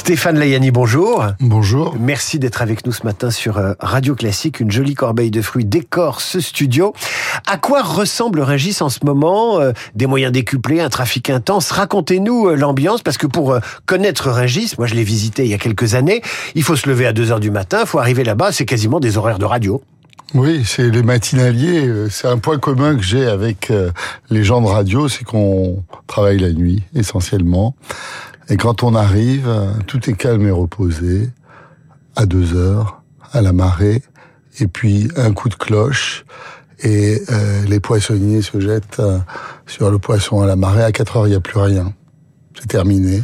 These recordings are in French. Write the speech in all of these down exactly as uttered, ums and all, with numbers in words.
Stéphane Layani, bonjour. Bonjour. Merci d'être avec nous ce matin sur Radio Classique. Une jolie corbeille de fruits décore ce studio. À quoi ressemble Rungis en ce moment ? Des moyens décuplés, un trafic intense. Racontez-nous l'ambiance, parce que pour connaître Rungis, moi je l'ai visité il y a quelques années, il faut se lever à deux heures du matin, il faut arriver là-bas, c'est quasiment des horaires de radio. Oui, c'est les matinaliers. C'est un point commun que j'ai avec les gens de radio, c'est qu'on travaille la nuit, essentiellement. Et quand on arrive, tout est calme et reposé, à deux heures, à la marée, et puis un coup de cloche, et euh, les poissonniers se jettent euh, sur le poisson à la marée. À quatre heures, il n'y a plus rien. C'est terminé.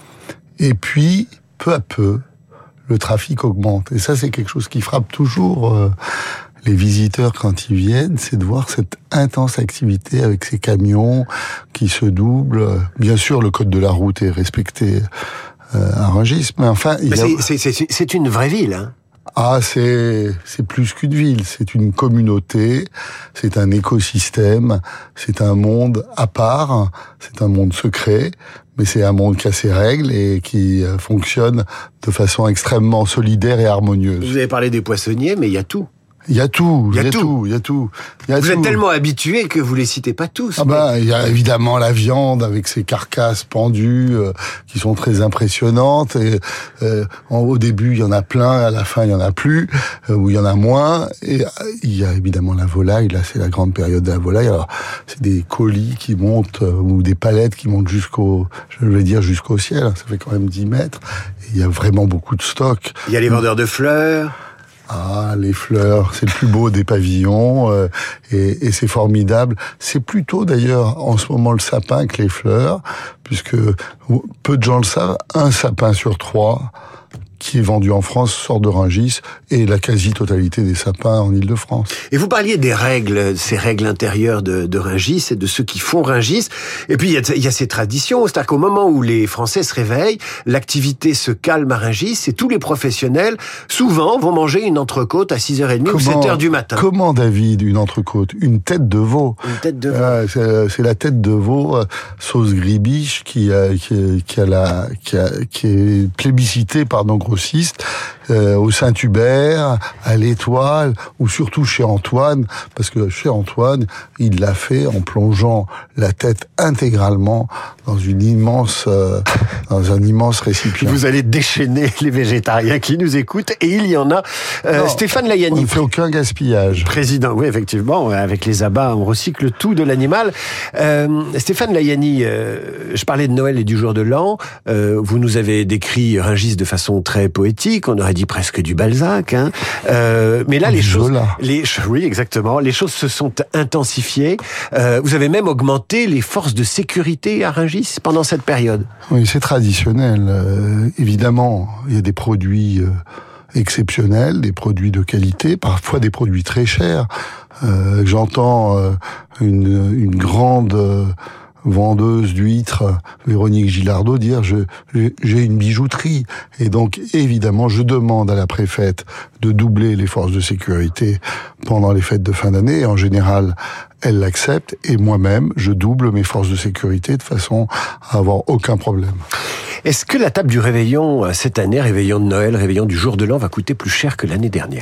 Et puis, peu à peu, le trafic augmente. Et ça, c'est quelque chose qui frappe toujours euh, les visiteurs quand ils viennent, c'est de voir cette intense activité avec ces camions qui se doublent. Bien sûr, le code de la route est respecté euh, à Rungis, mais enfin... Il mais y a... c'est, c'est, c'est, c'est une vraie ville, hein. Ah, c'est c'est plus qu'une ville, c'est une communauté, c'est un écosystème, c'est un monde à part, c'est un monde secret, mais c'est un monde qui a ses règles et qui fonctionne de façon extrêmement solidaire et harmonieuse. Vous avez parlé des poissonniers, mais il y a tout. Il y a tout, il y a, y a tout. tout, il y a tout. Y a Vous tout. êtes tellement habitués que vous les citez pas tous. Ah mais... ben, il y a évidemment la viande avec ses carcasses pendues euh, qui sont très impressionnantes. Et euh, au début, il y en a plein, à la fin, il y en a plus, euh, ou il y en a moins. Et il y a évidemment la volaille. Là, c'est la grande période de la volaille. Alors, c'est des colis qui montent euh, ou des palettes qui montent jusqu'au, je vais dire jusqu'au ciel. Ça fait quand même dix mètres. Et il y a vraiment beaucoup de stock. Il y a les vendeurs de fleurs. Ah, les fleurs, c'est le plus beau des pavillons euh, et, et c'est formidable. C'est plutôt d'ailleurs en ce moment le sapin que les fleurs, puisque peu de gens le savent, un sapin sur trois qui est vendu en France sort de Rungis et la quasi-totalité des sapins en Île-de-France. Et vous parliez des règles, ces règles intérieures de, de Rungis et de ceux qui font Rungis. Et puis il y a, il y a ces traditions, c'est-à-dire qu'au moment où les Français se réveillent, l'activité se calme à Rungis et tous les professionnels, souvent, vont manger une entrecôte à six heures trente ou sept heures du matin. Comment, David, une entrecôte ? Une tête de veau. Une tête de veau. Euh, c'est, c'est la tête de veau, euh, sauce gribiche, qui, euh, qui, qui, a la, qui, a, qui est plébiscitée par nos grossistes, euh, au Saint-Hubert, à l'Étoile, ou surtout chez Antoine, parce que chez Antoine, il l'a fait en plongeant la tête intégralement dans une immense, euh, dans un immense récipient. Vous allez déchaîner les végétariens qui nous écoutent, et il y en a. Euh, non, Stéphane Layani. On ne fait aucun gaspillage. Président, oui, effectivement, avec les abats, on recycle tout de l'animal. Euh, Stéphane Layani, euh, je parlais de Noël et du jour de l'an. Euh, vous nous avez décrit Rungis de façon très poétique, on aurait dit presque du Balzac, hein. Euh, mais là, les choses, les, oui, exactement, les choses se sont intensifiées. Euh, vous avez même augmenté les forces de sécurité à Rungis pendant cette période. Oui, c'est traditionnel. Euh, évidemment, il y a des produits euh, exceptionnels, des produits de qualité, parfois des produits très chers. Euh, j'entends euh, une, une grande euh, vendeuse d'huîtres, Véronique Gilardot, dire je, j'ai une bijouterie. Et donc, évidemment, je demande à la préfète de doubler les forces de sécurité pendant les fêtes de fin d'année. Et en général, elle l'accepte. Et moi-même, je double mes forces de sécurité de façon à avoir aucun problème. Est-ce que la table du réveillon, cette année, réveillon de Noël, réveillon du jour de l'an, va coûter plus cher que l'année dernière ?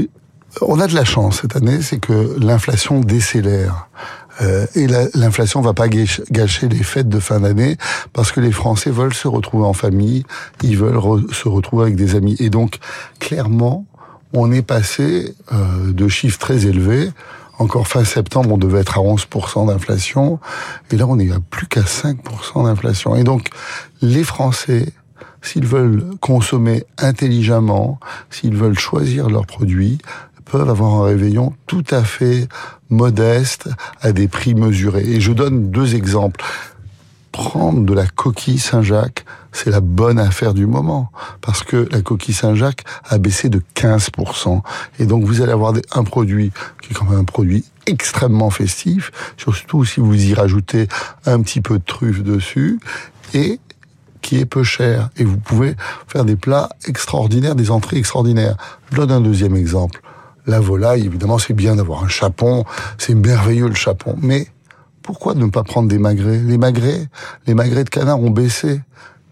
On a de la chance cette année, c'est que l'inflation décélère. Euh, et la, l'inflation va pas gâcher les fêtes de fin d'année parce que les Français veulent se retrouver en famille, ils veulent re- se retrouver avec des amis. Et donc, clairement, on est passé euh, de chiffres très élevés. Encore fin septembre, on devait être à onze pour cent d'inflation. Et là, on est à plus qu'à cinq pour cent d'inflation. Et donc, les Français, s'ils veulent consommer intelligemment, s'ils veulent choisir leurs produits, peuvent avoir un réveillon tout à fait modeste, à des prix mesurés. Et je donne deux exemples. Prendre de la coquille Saint-Jacques, c'est la bonne affaire du moment, parce que la coquille Saint-Jacques a baissé de quinze pour cent. Et donc vous allez avoir un produit qui est quand même un produit extrêmement festif, surtout si vous y rajoutez un petit peu de truffe dessus, et qui est peu cher. Et vous pouvez faire des plats extraordinaires, des entrées extraordinaires. Je donne un deuxième exemple. La volaille, évidemment, c'est bien d'avoir un chapon, c'est merveilleux le chapon, mais pourquoi ne pas prendre des magrets ? Les magrets, les magrets de canard ont baissé.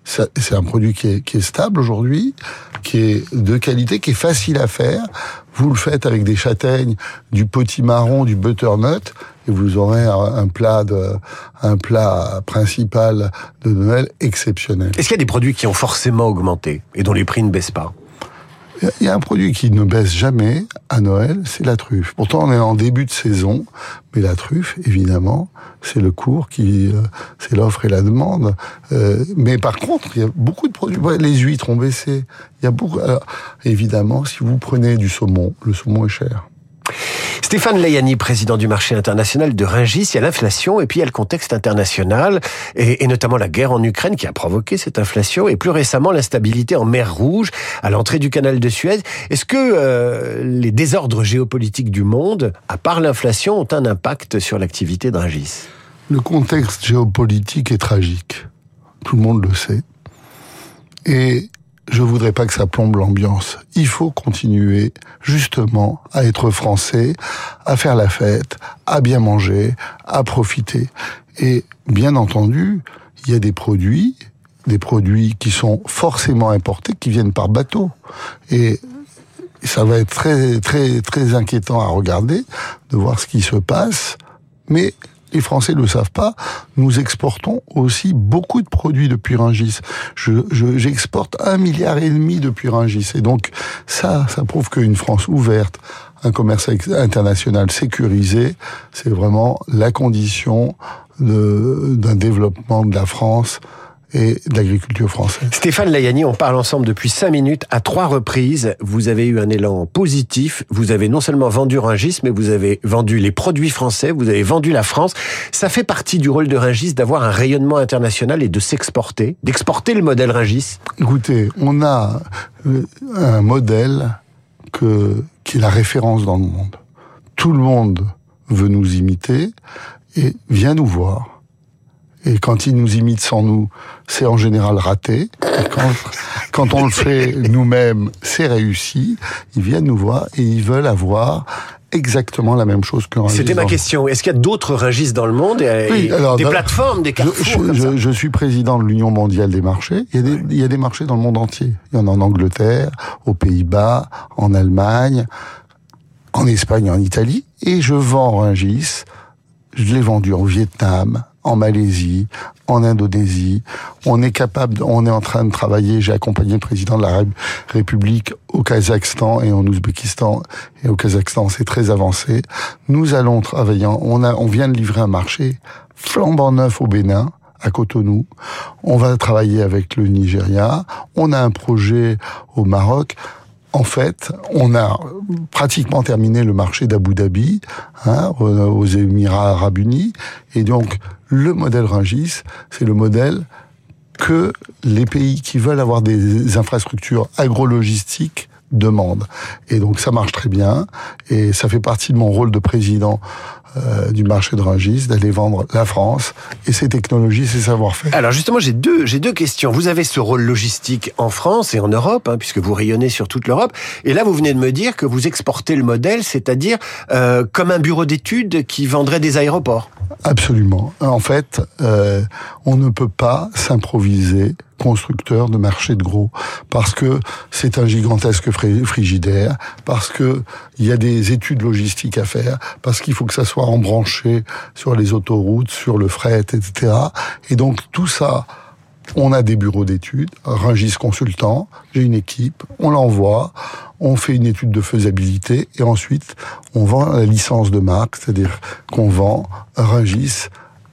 Ça, c'est un produit qui est, qui est stable aujourd'hui, qui est de qualité, qui est facile à faire. Vous le faites avec des châtaignes, du potimarron, du butternut, et vous aurez un, un plat de, un plat principal de Noël exceptionnel. Est-ce qu'il y a des produits qui ont forcément augmenté et dont les prix ne baissent pas ? Il y a un produit qui ne baisse jamais à Noël, c'est la truffe. Pourtant, on est en début de saison, mais la truffe, évidemment, c'est le cours qui, euh, c'est l'offre et la demande. Euh, mais par contre, il y a beaucoup de produits. Les huîtres ont baissé. Il y a beaucoup. Alors, évidemment, si vous prenez du saumon, le saumon est cher. Stéphane Layani, président du marché international de Rungis, il y a l'inflation et puis il y a le contexte international et, et notamment la guerre en Ukraine qui a provoqué cette inflation et plus récemment l'instabilité en mer Rouge à l'entrée du canal de Suez. Est-ce que euh, les désordres géopolitiques du monde, à part l'inflation, ont un impact sur l'activité de Rungis ? Le contexte géopolitique est tragique. Tout le monde le sait. Et je voudrais pas que ça plombe l'ambiance. Il faut continuer, justement, à être français, à faire la fête, à bien manger, à profiter. Et, bien entendu, il y a des produits, des produits qui sont forcément importés, qui viennent par bateau. Et ça va être très, très, très inquiétant à regarder, de voir ce qui se passe. Mais les Français ne le savent pas, nous exportons aussi beaucoup de produits depuis Rungis. Je, je, j'exporte un milliard et demi depuis Rungis. Et donc, ça, ça prouve qu'une France ouverte, un commerce international sécurisé, c'est vraiment la condition de, d'un développement de la France et de l'agriculture française. Stéphane Layani, on parle ensemble depuis cinq minutes. À trois reprises, vous avez eu un élan positif. Vous avez non seulement vendu Rungis, mais vous avez vendu les produits français, vous avez vendu la France. Ça fait partie du rôle de Rungis d'avoir un rayonnement international et de s'exporter, d'exporter le modèle Rungis. Écoutez, on a un modèle que, qui est la référence dans le monde. Tout le monde veut nous imiter et vient nous voir. Et quand ils nous imitent sans nous, c'est en général raté. Et quand, quand on le fait nous-mêmes, c'est réussi. Ils viennent nous voir et ils veulent avoir exactement la même chose que Rungis. C'était ma question. Est-ce qu'il y a d'autres Rungis dans le monde et, oui, et alors, des dans, plateformes, des carrefours je, comme je, ça je suis président de l'Union mondiale des marchés. Il y, a des, il y a des marchés dans le monde entier. Il y en a en Angleterre, aux Pays-Bas, en Allemagne, en Espagne, en Italie. Et je vends Rungis. Je l'ai vendu au Vietnam, en Malaisie, en Indonésie. On est capable, de, on est en train de travailler. J'ai accompagné le président de la République au Kazakhstan et en Ouzbékistan. Et au Kazakhstan, c'est très avancé. Nous allons travailler. On a, on vient de livrer un marché flambant neuf au Bénin, à Cotonou. On va travailler avec le Nigeria. On a un projet au Maroc. En fait, on a pratiquement terminé le marché d'Abu Dhabi, hein, aux Émirats Arabes Unis, et donc le modèle Rungis, c'est le modèle que les pays qui veulent avoir des infrastructures agrologistiques demandent. Et donc ça marche très bien, et ça fait partie de mon rôle de président Euh, du marché de Rungis, d'aller vendre la France et ses technologies, ses savoir-faire. Alors justement, j'ai deux, j'ai deux questions. Vous avez ce rôle logistique en France et en Europe, hein, puisque vous rayonnez sur toute l'Europe. Et là, vous venez de me dire que vous exportez le modèle, c'est-à-dire euh, comme un bureau d'études qui vendrait des aéroports. Absolument. En fait, euh, on ne peut pas s'improviser constructeur de marché de gros, parce que c'est un gigantesque frigidaire, parce que il y a des études logistiques à faire, parce qu'il faut que ça soit embranché sur les autoroutes, sur le fret, et cetera. Et donc tout ça, on a des bureaux d'études, Rungis Consultant, j'ai une équipe, on l'envoie, on fait une étude de faisabilité, et ensuite on vend la licence de marque, c'est-à-dire qu'on vend Rungis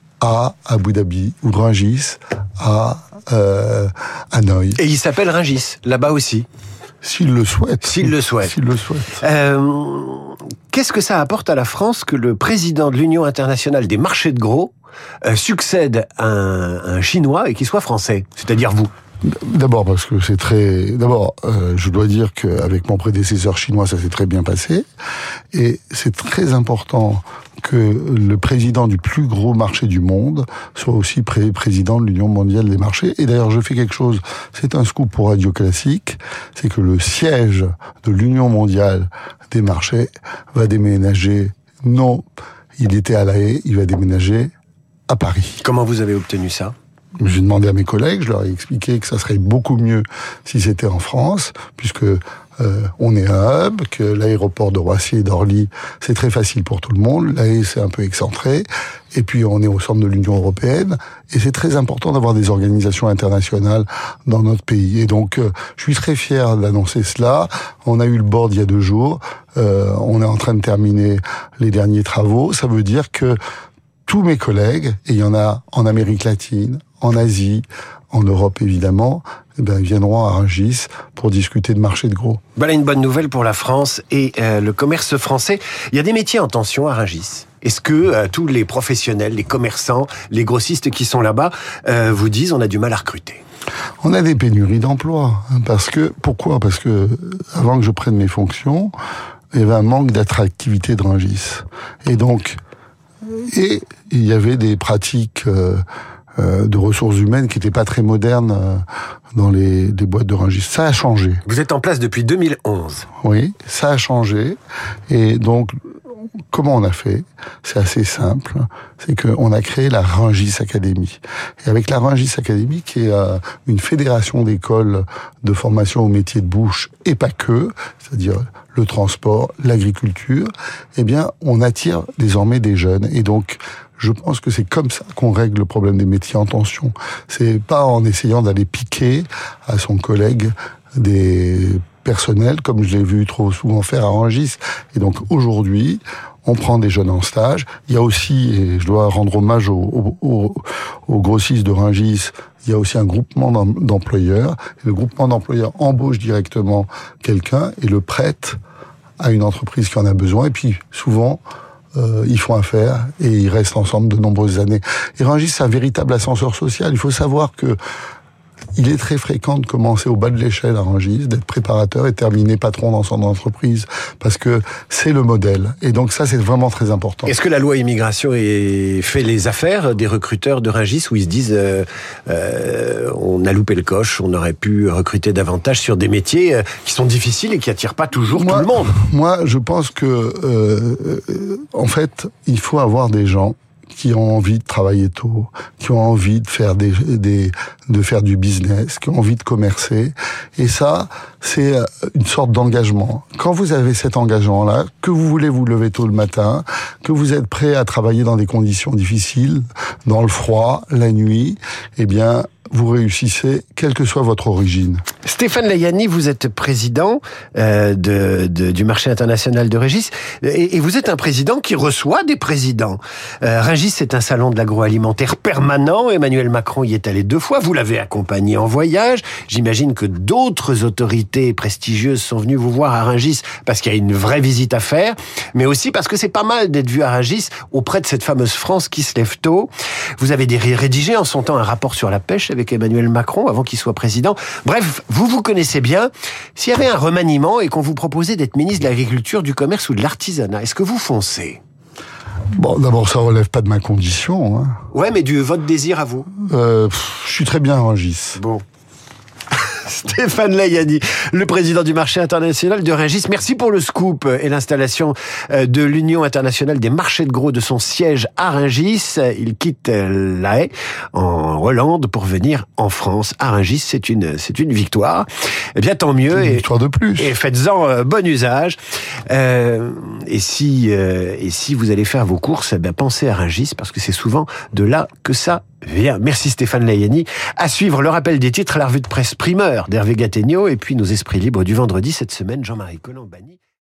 à Abu Dhabi ou Rungis à euh, Hanoï. Et il s'appelle Rungis, là-bas aussi. S'il le souhaite. S'il le souhaite. S'il le souhaite. Euh, qu'est-ce que ça apporte à la France que le président de l'Union internationale des marchés de gros euh, succède à un, un Chinois et qu'il soit français, c'est-à-dire vous? D'abord parce que c'est très... D'abord, euh, je dois dire qu'avec mon prédécesseur chinois, ça s'est très bien passé. Et c'est très important que le président du plus gros marché du monde soit aussi pré- président de l'Union mondiale des marchés. Et d'ailleurs, je fais quelque chose, c'est un scoop pour Radio Classique, c'est que le siège de l'Union mondiale des marchés va déménager, non, il était à La Haye, il va déménager à Paris. Comment vous avez obtenu ça ? J'ai demandé à mes collègues, je leur ai expliqué que ça serait beaucoup mieux si c'était en France, puisque euh, on est un hub, que l'aéroport de Roissy et d'Orly, c'est très facile pour tout le monde. Là, c'est un peu excentré. Et puis, on est au centre de l'Union européenne. Et c'est très important d'avoir des organisations internationales dans notre pays. Et donc, euh, je suis très fier d'annoncer cela. On a eu le board il y a deux jours. Euh, on est en train de terminer les derniers travaux. Ça veut dire que tous mes collègues, et il y en a en Amérique latine, en Asie, en Europe évidemment, eh ben, viendront à Rungis pour discuter de marché de gros. Voilà une bonne nouvelle pour la France et euh, le commerce français. Il y a des métiers en tension à Rungis. Est-ce que euh, tous les professionnels, les commerçants, les grossistes qui sont là-bas euh, vous disent on a du mal à recruter? On a des pénuries d'emploi. Parce que, pourquoi? Parce que avant que je prenne mes fonctions, il y avait un manque d'attractivité de Rungis. Et donc, et il y avait des pratiques euh, euh, de ressources humaines qui n'étaient pas très modernes euh, dans les, les boîtes de Rungis. Ça a changé. Vous êtes en place depuis deux mille onze. Oui, ça a changé. Et donc, comment on a fait? C'est assez simple. C'est qu'on a créé la Rungis Academy. Et avec la Rungis Academy, qui est euh, une fédération d'écoles de formation au métier de bouche, et pas que, c'est-à-dire le transport, l'agriculture, eh bien, on attire désormais des jeunes. Et donc, je pense que c'est comme ça qu'on règle le problème des métiers en tension. C'est pas en essayant d'aller piquer à son collègue des personnels, comme je l'ai vu trop souvent faire à Rungis. Et donc, aujourd'hui, on prend des jeunes en stage. Il y a aussi, et je dois rendre hommage aux, aux, aux grossistes de Rungis, il y a aussi un groupement d'employeurs. Et le groupement d'employeurs embauche directement quelqu'un et le prête à une entreprise qui en a besoin. Et puis, souvent, euh, ils font affaire et ils restent ensemble de nombreuses années. Et Rungis, c'est un véritable ascenseur social. Il faut savoir que il est très fréquent de commencer au bas de l'échelle à Rungis, d'être préparateur et terminer patron dans son entreprise, parce que c'est le modèle. Et donc ça, c'est vraiment très important. Est-ce que la loi immigration est... fait les affaires des recruteurs de Rungis, où ils se disent euh, euh, on a loupé le coche, on aurait pu recruter davantage sur des métiers euh, qui sont difficiles et qui attirent pas toujours moi, tout le monde? Moi, je pense que euh, euh, en fait, il faut avoir des gens qui ont envie de travailler tôt, qui ont envie de faire des, des, de faire du business, qui ont envie de commercer. Et ça, c'est une sorte d'engagement. Quand vous avez cet engagement-là, que vous voulez vous lever tôt le matin, que vous êtes prêt à travailler dans des conditions difficiles, dans le froid, la nuit, eh bien, vous réussissez, quelle que soit votre origine. Stéphane Layani, vous êtes président euh, de, de, du marché international de Rungis, et, et vous êtes un président qui reçoit des présidents. Euh, Rungis, c'est un salon de l'agroalimentaire permanent. Emmanuel Macron y est allé deux fois. Vous l'avez accompagné en voyage. J'imagine que d'autres autorités prestigieuses sont venues vous voir à Rungis parce qu'il y a une vraie visite à faire, mais aussi parce que c'est pas mal d'être vu à Rungis auprès de cette fameuse France qui se lève tôt. Vous avez rédigé en son temps un rapport sur la pêche avec Emmanuel Macron avant qu'il soit président. Bref, vous vous connaissez bien. S'il y avait un remaniement et qu'on vous proposait d'être ministre de l'Agriculture, du Commerce ou de l'Artisanat, est-ce que vous foncez? Bon, d'abord, ça relève pas de ma condition. Hein. Ouais, mais du votre désir à vous. Euh, pff, je suis très bien à Rungis. Bon. Stéphane Layani, le président du marché international de Rungis. Merci pour le scoop et l'installation de l'Union internationale des marchés de gros de son siège à Rungis. Il quitte La Haye en Hollande pour venir en France. À Rungis, c'est une, c'est une victoire. Eh bien, tant mieux. Une et, victoire de plus. Et faites-en bon usage. Euh, et si, euh, et si vous allez faire vos courses, eh bien, pensez à Rungis parce que c'est souvent de là que ça vient. Merci Stéphane Layani. À suivre le rappel des titres, la revue de presse primeur d'Hervé Gattegno et puis nos esprits libres du vendredi cette semaine, Jean-Marie Colombani.